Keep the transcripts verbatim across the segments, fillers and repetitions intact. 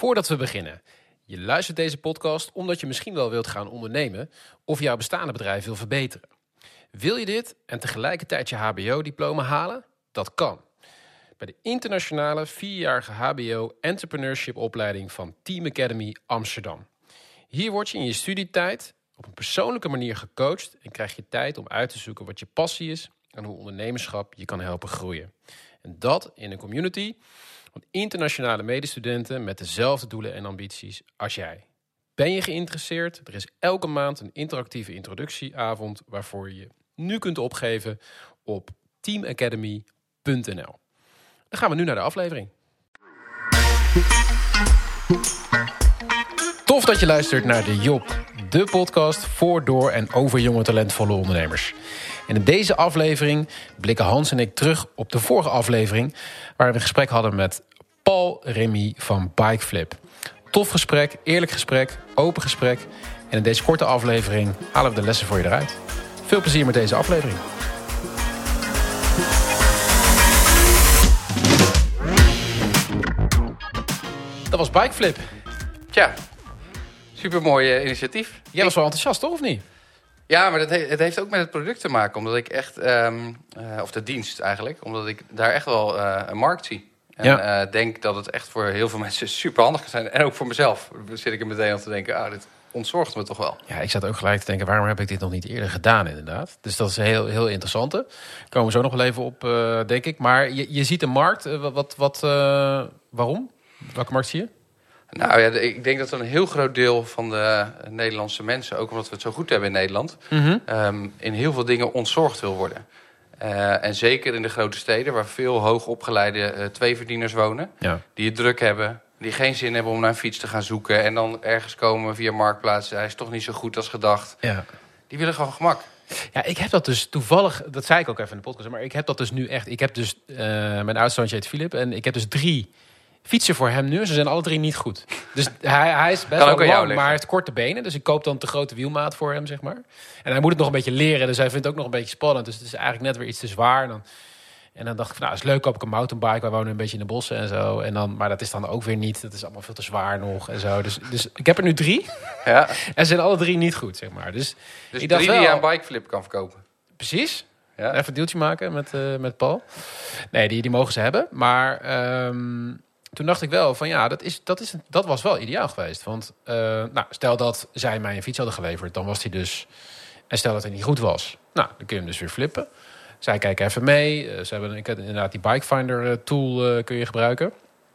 Voordat we beginnen. Je luistert deze podcast omdat je misschien wel wilt gaan ondernemen of jouw bestaande bedrijf wil verbeteren. Wil je dit en tegelijkertijd je H B O-diploma halen? Dat kan. Bij de internationale vierjarige H B O Entrepreneurship opleiding van Team Academy Amsterdam. Hier word je in je studietijd op een persoonlijke manier gecoacht en krijg je tijd om uit te zoeken wat je passie is en hoe ondernemerschap je kan helpen groeien. En dat in een community van internationale medestudenten met dezelfde doelen en ambities als jij. Ben je geïnteresseerd? Er is elke maand een interactieve introductieavond waarvoor je je nu kunt opgeven op team academy punt n l. Dan gaan we nu naar de aflevering. Tof dat je luistert naar De Job, de podcast voor, door en over jonge talentvolle ondernemers. En in deze aflevering blikken Hans en ik terug op de vorige aflevering waar we een gesprek hadden met Paul Remy van Bikeflip. Tof gesprek, eerlijk gesprek, open gesprek. En in deze korte aflevering halen we de lessen voor je eruit. Veel plezier met deze aflevering. Dat was Bikeflip. Tja, supermooi uh, initiatief. Jij was wel enthousiast, toch, of niet? Ja, maar dat he- het heeft ook met het product te maken. Omdat ik echt, um, uh, of de dienst eigenlijk, omdat ik daar echt wel uh, een markt zie. En ja. uh, denk dat het echt voor heel veel mensen super handig kan zijn. En ook voor mezelf zit ik er meteen aan te denken, ah, dit ontzorgt me toch wel. Ja, ik zat ook gelijk te denken, waarom heb ik dit nog niet eerder gedaan inderdaad? Dus dat is heel, heel interessant. Daar komen we zo nog wel even op, uh, denk ik. Maar je, je ziet een markt, uh, wat, wat, uh, waarom? Welke markt zie je? Nou ja, ik denk dat een heel groot deel van de Nederlandse mensen, ook omdat we het zo goed hebben in Nederland, mm-hmm. um, in heel veel dingen ontzorgd wil worden. Uh, en zeker in de grote steden, waar veel hoogopgeleide uh, tweeverdieners wonen, ja. die het druk hebben, die geen zin hebben om naar een fiets te gaan zoeken en dan ergens komen via Marktplaats, hij is toch niet zo goed als gedacht. Ja. Die willen gewoon gemak. Ja, ik heb dat dus toevallig, dat zei ik ook even in de podcast, maar ik heb dat dus nu echt, ik heb dus, uh, mijn oudste zoontje heet Filip en ik heb dus drie fietsen voor hem nu. Ze zijn alle drie niet goed. Dus hij, hij is best wel lang, maar hij heeft korte benen. Dus ik koop dan te grote wielmaat voor hem, zeg maar. En hij moet het nog een beetje leren. Dus hij vindt het ook nog een beetje spannend. Dus het is eigenlijk net weer iets te zwaar. En dan, en dan dacht ik, van, nou, is leuk, koop ik een mountainbike. Wij wonen een beetje in de bossen en zo. En dan, maar dat is dan ook weer niet. Dat is allemaal veel te zwaar nog en zo. Dus, dus ik heb er nu drie. Ja. En ze zijn alle drie niet goed, zeg maar. Dus, dus ik dacht dacht drie wel, die je een bikeflip kan verkopen. Precies. Ja. Even een deeltje maken met, uh, met Paul. Nee, die, die mogen ze hebben. Maar Um, toen dacht ik wel van ja, dat, is, dat, is, dat was wel ideaal geweest. Want uh, nou, stel dat zij mij een fiets hadden geleverd, dan was die dus. En stel dat hij niet goed was, nou, dan kun je hem dus weer flippen. Zij kijken even mee. Uh, ze hebben ik heb inderdaad die Bikefinder tool uh, kun je gebruiken.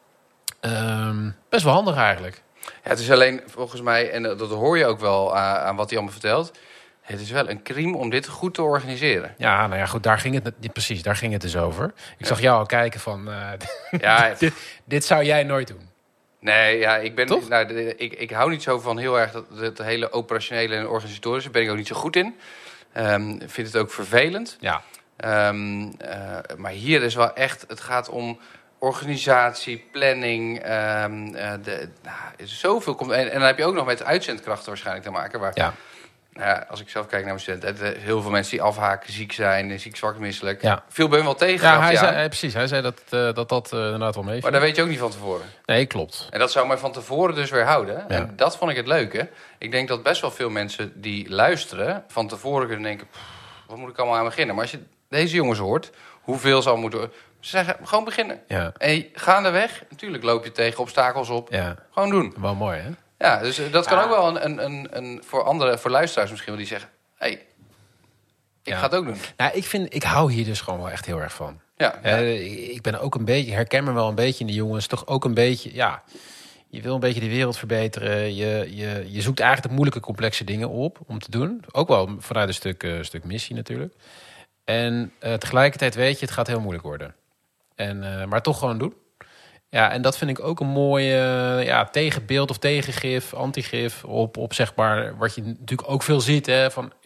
Um, best wel handig eigenlijk. Ja, het is alleen volgens mij, en dat hoor je ook wel aan, aan wat hij allemaal vertelt. Het is wel een crime om dit goed te organiseren. Ja, nou ja, goed, daar ging het niet precies. Daar ging het dus over. Ik ja. zag jou al kijken van, uh, ja, dit, dit zou jij nooit doen. Nee, ja, ik ben, nou, de, ik, ik hou niet zo van heel erg dat het hele operationele en organisatorische. Daar ben ik ook niet zo goed in. Um, vind het ook vervelend. Ja. Um, uh, maar hier is wel echt, het gaat om organisatie, planning. Um, uh, de, nou, zoveel komt. En, en dan heb je ook nog met uitzendkrachten waarschijnlijk te maken. Waar, ja. Ja, als ik zelf kijk naar mijn studenten, heel veel mensen die afhaken, ziek zijn, ziek, zwak, misselijk. Ja. Veel ben je wel tegen. Ja, hij zei, ja, precies. Hij zei dat uh, dat, dat uh, inderdaad wel mee. Maar dat weet je ook niet van tevoren. Nee, klopt. En dat zou mij van tevoren dus weer houden. Ja. En dat vond ik het leuke. Ik denk dat best wel veel mensen die luisteren van tevoren kunnen denken, wat moet ik allemaal aan beginnen? Maar als je deze jongens hoort, hoeveel ze al moeten. Ze zeggen, gewoon beginnen. Ja. En gaandeweg, natuurlijk loop je tegen obstakels op. Ja. Gewoon doen. Wel mooi, hè? Ja, dus dat kan ah. ook wel een, een, een, een voor andere, voor luisteraars misschien wel die zeggen, hé, hey, ik ja. ga het ook doen. Nou, ik vind, ik hou hier dus gewoon wel echt heel erg van. Ja, ja. Uh, ik ben ook een beetje, herken me wel een beetje in de jongens, toch ook een beetje, ja, je wil een beetje de wereld verbeteren. Je, je, je zoekt eigenlijk de moeilijke, complexe dingen op om te doen. Ook wel vanuit een stuk, uh, stuk missie natuurlijk. En uh, tegelijkertijd weet je, het gaat heel moeilijk worden. En, uh, maar toch gewoon doen. Ja, en dat vind ik ook een mooie ja, tegenbeeld of tegengif, antigif op, op zeg maar, wat je natuurlijk ook veel ziet. Hè, van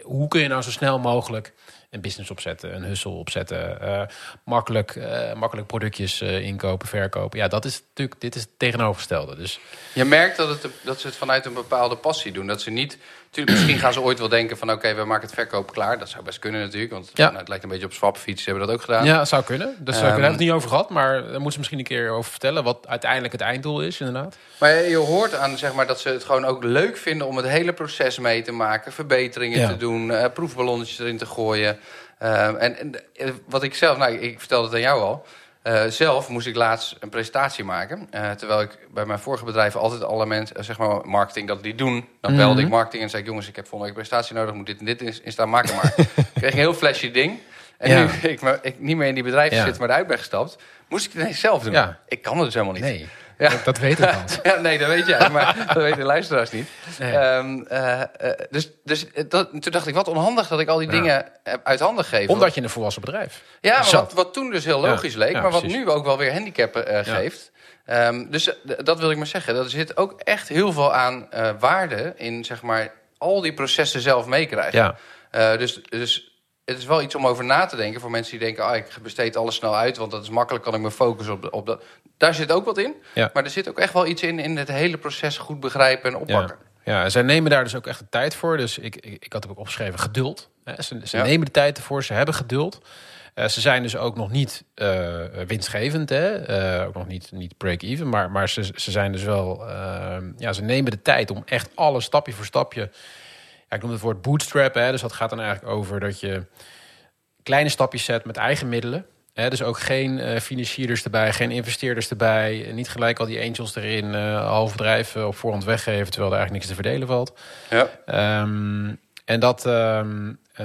hoe kun je nou zo snel mogelijk een business opzetten, een hustle opzetten, uh, makkelijk, uh, makkelijk productjes uh, inkopen, verkopen. Ja, dat is natuurlijk, dit is het tegenovergestelde. Dus je merkt dat, het, dat ze het vanuit een bepaalde passie doen. Dat ze niet, natuurlijk, misschien gaan ze ooit wel denken van, oké, okay, we maken het verkoop klaar. Dat zou best kunnen natuurlijk, want ja. nou, het lijkt een beetje op swapfiets. Ze hebben dat ook gedaan. Ja, dat zou kunnen. Dus, um, daar hebben we het niet over gehad, maar daar moeten ze misschien een keer over vertellen wat uiteindelijk het einddoel is, inderdaad. Maar je hoort aan, zeg maar, dat ze het gewoon ook leuk vinden om het hele proces mee te maken, verbeteringen ja. te doen, uh, proefballonnetjes erin te gooien. Uh, en, en wat ik zelf, nou, ik vertelde het aan jou al. Uh, zelf moest ik laatst een presentatie maken. Uh, terwijl ik bij mijn vorige bedrijven altijd alle mensen, uh, zeg maar marketing, dat die doen. Dan belde mm-hmm. ik marketing en zei ik, jongens, ik heb volgende week een presentatie nodig. Moet dit en dit in, in staan, maken maar. Ik kreeg een heel flashy ding. En ja. nu ik, me, ik niet meer in die bedrijven ja. zit, maar eruit ben gestapt, moest ik het ineens zelf doen. Ja. Ik kan het dus helemaal niet. Nee. Ja. Dat weet ik al. Ja, nee, dat weet jij, maar dat weten de luisteraars niet. Nee. Um, uh, uh, dus dus dat, toen dacht ik, wat onhandig dat ik al die ja. dingen uit handen geef. Omdat je een volwassen bedrijf Ja, maar wat, wat toen dus heel logisch ja. leek, ja, maar wat precies. nu ook wel weer handicappen uh, ja. geeft. Um, dus uh, dat wil ik maar zeggen. Er zit ook echt heel veel aan uh, waarde in, zeg maar, al die processen zelf meekrijgen. Ja. Uh, dus... dus het is wel iets om over na te denken voor mensen die denken, ah, ik besteed alles snel uit, want dat is makkelijk, kan ik me focussen op, de, op dat. Daar zit ook wat in, ja. maar er zit ook echt wel iets in, in het hele proces goed begrijpen en oppakken. Ja, ja, zij nemen daar dus ook echt de tijd voor. Dus ik, ik, ik had ook opgeschreven geduld. Ze, ze ja. nemen de tijd ervoor, ze hebben geduld. Uh, ze zijn dus ook nog niet uh, winstgevend, hè? Uh, ook nog niet, niet break-even, maar, maar ze, ze zijn dus wel, uh, ja, ze nemen de tijd om echt alles stapje voor stapje. Ja, ik noem het woord bootstrap, hè, dus dat gaat dan eigenlijk over dat je kleine stapjes zet met eigen middelen. Hè, dus ook geen uh, financierders erbij, geen investeerders erbij. Niet gelijk al die angels erin, uh, half bedrijf uh, op voorhand weggeven, terwijl er eigenlijk niks te verdelen valt. Ja. Um, en dat, um, uh,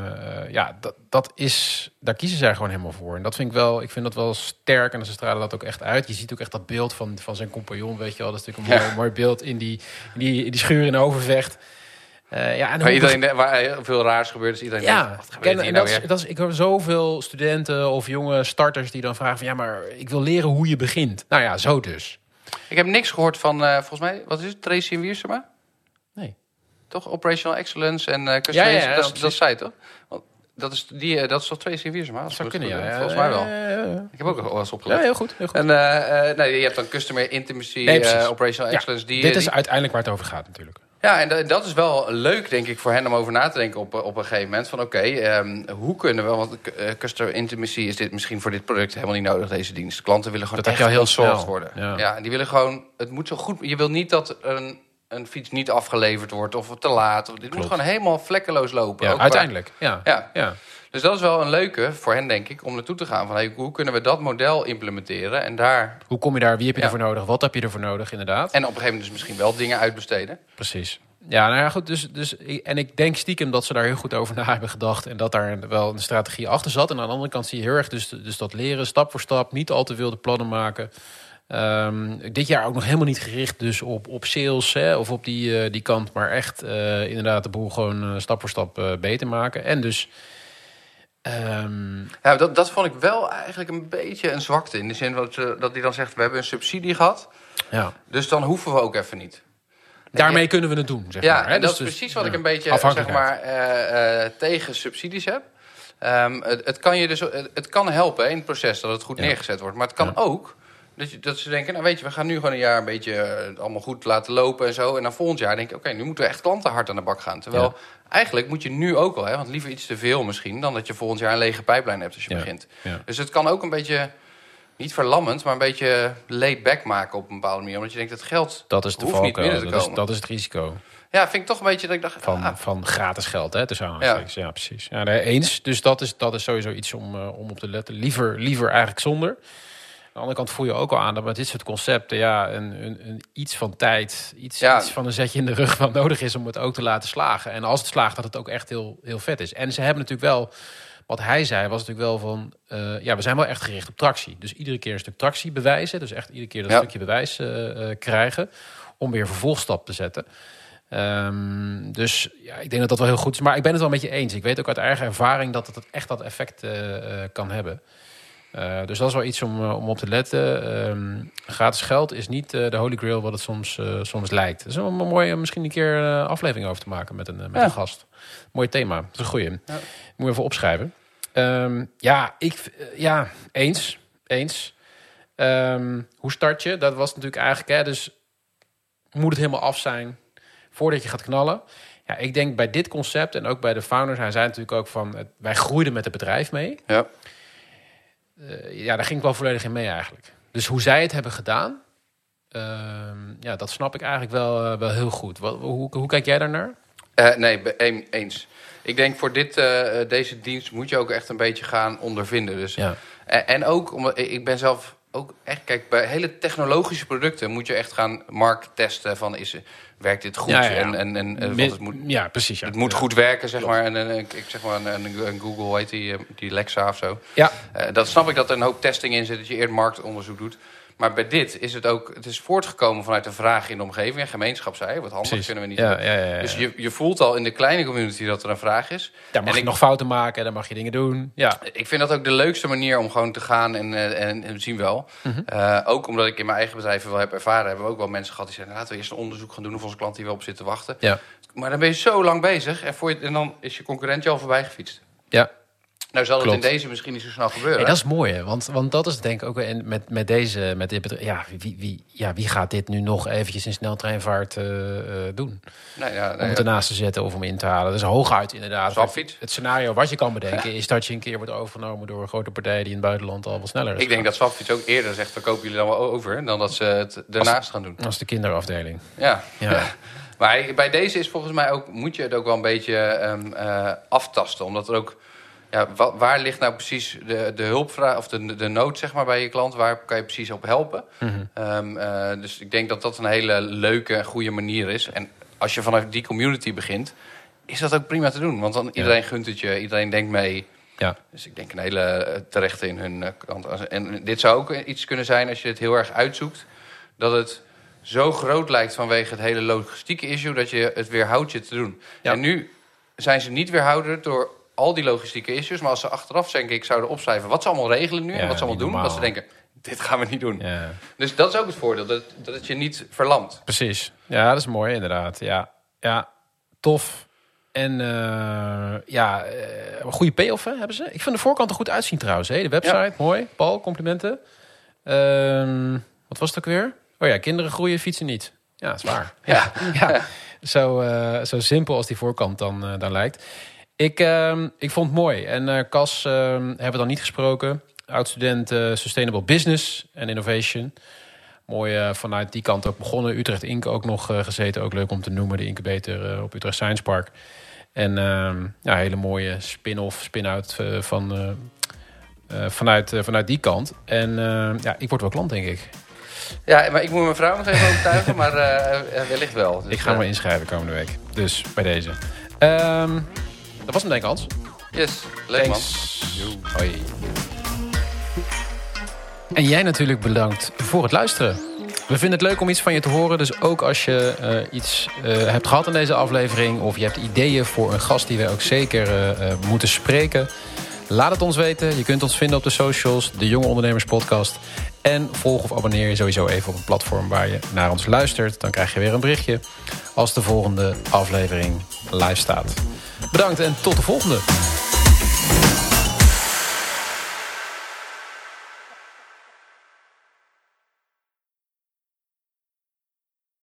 ja, dat, dat is, daar kiezen zij gewoon helemaal voor. En dat vind ik wel, ik vind dat wel sterk en ze stralen dat ook echt uit. Je ziet ook echt dat beeld van, van zijn compagnon, weet je wel. Dat is natuurlijk een ja. mooi, mooi beeld in die, in die, in die schuur in Overvecht. Uh, ja, en waar, iedereen, be- waar veel raars gebeurt, is iedereen ja, denkt, wat gebeurt en, hier en nou dat is, dat is, ik heb zoveel studenten of jonge starters die dan vragen van, ja, maar ik wil leren hoe je begint. Nou ja, zo dus. Ik heb niks gehoord van, uh, volgens mij, wat is het, Tracy en Wiersema? Nee. Toch? Operational Excellence en uh, Customer ja, ja, ja, dat, dat, dat is zij, toch? Want dat is, die, uh, dat is toch Tracy en Wiersema? Dat zou kunnen, ja, ja. Volgens mij wel. Ja, ja, ja. Ik heb ook al eens opgelet. Ja, heel goed. Heel goed. En uh, uh, nee, je hebt dan Customer Intimacy, nee, uh, Operational ja, Excellence. Die, dit die, is uiteindelijk waar het over gaat natuurlijk. Ja, en dat is wel leuk, denk ik, voor hen om over na te denken op, op een gegeven moment. Van oké, okay, um, hoe kunnen we... Want uh, Customer Intimacy is dit misschien voor dit product helemaal niet nodig, deze dienst. Klanten willen gewoon dat echt heel zorgd worden. Ja. ja, en die willen gewoon... Het moet zo goed... Je wil niet dat een, een fiets niet afgeleverd wordt of te laat. Of, dit Klopt. moet gewoon helemaal vlekkeloos lopen. Ja, ook uiteindelijk. Waar, ja. Ja. ja. Dus dat is wel een leuke voor hen, denk ik, om naartoe te gaan. Van, hey, hoe kunnen we dat model implementeren? En daar... Hoe kom je daar? Wie heb je ja. ervoor nodig? Wat heb je ervoor nodig, inderdaad? En op een gegeven moment dus misschien wel dingen uitbesteden. Precies. Ja, nou ja, goed. Dus, dus, en ik denk stiekem dat ze daar heel goed over na hebben gedacht. En dat daar wel een strategie achter zat. En aan de andere kant zie je heel erg dus, dus dat leren, stap voor stap. Niet al te wilde plannen maken. Um, dit jaar ook nog helemaal niet gericht dus op, op sales, hè, of op die, uh, die kant. Maar echt uh, inderdaad de boel gewoon uh, stap voor stap uh, beter maken. En dus... Um... Ja, dat, dat vond ik wel eigenlijk een beetje een zwakte. In de zin dat, uh, dat hij dan zegt, we hebben een subsidie gehad. Ja. Dus dan hoeven we ook even niet. Daarmee ja, kunnen we het doen, zeg ja, maar. Hè? En dat dus, is precies dus, wat ja, ik een beetje zeg maar, uh, uh, tegen subsidies heb. Um, het, het, kan je dus, het kan helpen in het proces dat het goed ja. neergezet wordt. Maar het kan ja. ook dat, je, dat ze denken, nou weet je, we gaan nu gewoon een jaar een beetje uh, allemaal goed laten lopen en zo. En dan volgend jaar denk je, oké, okay, nu moeten we echt klanten hard aan de bak gaan. Terwijl ja. eigenlijk moet je nu ook wel, hè, want liever iets te veel misschien, dan dat je volgend jaar een lege pijplijn hebt als je ja. begint. Ja. Dus het kan ook een beetje... Niet verlammend, maar een beetje laid back maken op een bepaalde manier. Omdat je denkt, dat geld dat is de hoeft niet binnen te dat komen. Is, dat is het risico. Ja, vind ik toch een beetje dat ik dacht... Van, ah. van gratis geld, hè, tussen aanhalingstekens. Ja. ja, precies. Ja, nee, eens. Dus dat is, dat is sowieso iets om, uh, om op te letten. Liever, liever eigenlijk zonder. Aan de andere kant voel je ook al aan dat met dit soort concepten... ja, een, een, een iets van tijd, iets, ja. iets van een zetje in de rug... wat nodig is om het ook te laten slagen. En als het slaagt, dat het ook echt heel, heel vet is. En ze hebben natuurlijk wel... Wat hij zei was natuurlijk wel van... Uh, ja, we zijn wel echt gericht op tractie. Dus iedere keer een stuk tractie bewijzen. Dus echt iedere keer dat ja. stukje bewijs uh, uh, krijgen... om weer vervolgstap te zetten. Um, dus ja, ik denk dat dat wel heel goed is. Maar ik ben het wel met je eens. Ik weet ook uit eigen ervaring dat het echt dat effect uh, uh, kan hebben. Uh, dus dat is wel iets om, uh, om op te letten. Um, gratis geld is niet uh, de holy grail wat het soms, uh, soms lijkt. Het is wel mooi om misschien een keer een uh, aflevering over te maken met een, uh, met ja. een gast. Mooi thema, dat is een goeie. Ja. Moet je even opschrijven. Um, ja, ik, uh, ja, eens. eens. Um, hoe start je? Dat was natuurlijk eigenlijk... Hè, dus moet het helemaal af zijn voordat je gaat knallen. Ja, ik denk bij dit concept en ook bij de founders... hij zei natuurlijk ook van... Het, wij groeiden met het bedrijf mee. Ja. Uh, ja, daar ging ik wel volledig in mee eigenlijk. Dus hoe zij het hebben gedaan... Uh, ja, dat snap ik eigenlijk wel, uh, wel heel goed. Wat, hoe, hoe kijk jij daarnaar? Uh, nee, een, eens. Ik denk voor dit, uh, deze dienst moet je ook echt een beetje gaan ondervinden. Dus, ja. en, en ook, omdat ik ben zelf ook echt... Kijk, bij hele technologische producten moet je echt gaan markt testen van... Is, werkt dit goed? Ja, ja, ja. En, en, en, en Mid, het moet, ja, precies. Ja. Het moet ja. goed werken, zeg Klopt. maar. En, en ik zeg maar een, een Google, hoe heet die, die Lexa of zo. Ja. Uh, dat snap ik dat er een hoop testing in zit, dat je eerder marktonderzoek doet. Maar bij dit is het ook... Het is voortgekomen vanuit een vraag in de omgeving. En gemeenschap zei, wat handig Precies. kunnen we niet ja, doen. Ja, ja, ja. Dus je, je voelt al in de kleine community dat er een vraag is. Daar mag en je ik, nog fouten maken, daar mag je dingen doen. Ja. Ik vind dat ook de leukste manier om gewoon te gaan en, en, en zien wel. Mm-hmm. Uh, ook omdat ik in mijn eigen bedrijf wel heb ervaren... hebben we ook wel mensen gehad die zeiden... laten we eerst een onderzoek gaan doen of onze klant hier wel op zit te wachten. Ja. Maar dan ben je zo lang bezig en, voor je, en dan is je concurrent je al voorbij gefietst. Ja. Nou zal het Klopt. in deze misschien niet zo snel gebeuren. Hey, dat is mooi, hè? Want, want dat is denk ik ook met, met deze, met dit bedrijf. Ja wie, wie, ja, wie gaat dit nu nog eventjes in sneltreinvaart uh, uh, doen? Nee, ja, nee, om het ernaast te zetten of om in te halen. Dat is hooguit inderdaad. Swapfiets. Het scenario wat je kan bedenken is dat je een keer wordt overgenomen door een grote partij die in het buitenland al wat sneller is. Ik denk dat Swapfiets ook eerder zegt, we kopen jullie dan wel over, dan dat ze het ernaast als, gaan doen. Als de kinderafdeling. Ja. ja. ja. Maar bij deze is volgens mij ook, moet je het ook wel een beetje um, uh, aftasten. Omdat er ook, ja, wa- waar ligt nou precies de, de hulpvraag of de, de nood zeg maar, bij je klant? Waar kan je precies op helpen? Mm-hmm. Um, uh, dus ik denk dat dat een hele leuke en goede manier is. En als je vanuit die community begint, is dat ook prima te doen. Want dan iedereen ja. gunt het je, iedereen denkt mee. Ja. Dus ik denk een hele uh, terechte in hun uh, kant. En dit zou ook iets kunnen zijn als je het heel erg uitzoekt. Dat het zo groot lijkt vanwege het hele logistieke issue... dat je het weerhoudt je te doen. Ja. En nu zijn ze niet weerhouden door al die logistieke issues... maar als ze achteraf, denk ik, zouden opschrijven... wat ze allemaal regelen nu ja, en wat ze allemaal doen... Normaal. Dat ze denken, dit gaan we niet doen. Ja. Dus dat is ook het voordeel, dat, dat het je niet verlamt. Precies. Ja, dat is mooi inderdaad. Ja, ja tof. En uh, ja, uh, een goede payoff hè, hebben ze. Ik vind de voorkant er goed uitzien trouwens. Hè? De website, ja. mooi. Paul, complimenten. Uh, wat was het ook weer? Oh ja, kinderen groeien, fietsen niet. Ja, dat is waar. Ja, ja. Zo, uh, zo simpel als die voorkant dan, uh, dan lijkt. Ik, uh, ik vond het mooi. En uh, Cas uh, hebben we dan niet gesproken. Oud-student uh, Sustainable Business en Innovation. Mooi uh, vanuit die kant ook begonnen. Utrecht Inc. ook nog uh, gezeten. Ook leuk om te noemen, de incubator uh, op Utrecht Science Park. En uh, ja, hele mooie spin-off, spin-out uh, van, uh, uh, vanuit, uh, vanuit die kant. En uh, ja, ik word wel klant, denk ik. Ja, maar ik moet mijn vrouw nog even overtuigen, maar uh, wellicht wel. Dus, ik ga uh... me inschrijven komende week. Dus bij deze. Um, dat was hem denk ik, Hans. Yes, leuk Thanks. Man. Hoi. En jij natuurlijk bedankt voor het luisteren. We vinden het leuk om iets van je te horen. Dus ook als je uh, iets uh, hebt gehad in deze aflevering... of je hebt ideeën voor een gast die we ook zeker uh, uh, moeten spreken... laat het ons weten. Je kunt ons vinden op de socials, de Jonge Ondernemers Podcast. En volg of abonneer je sowieso even op een platform waar je naar ons luistert. Dan krijg je weer een berichtje als de volgende aflevering live staat. Bedankt en tot de volgende.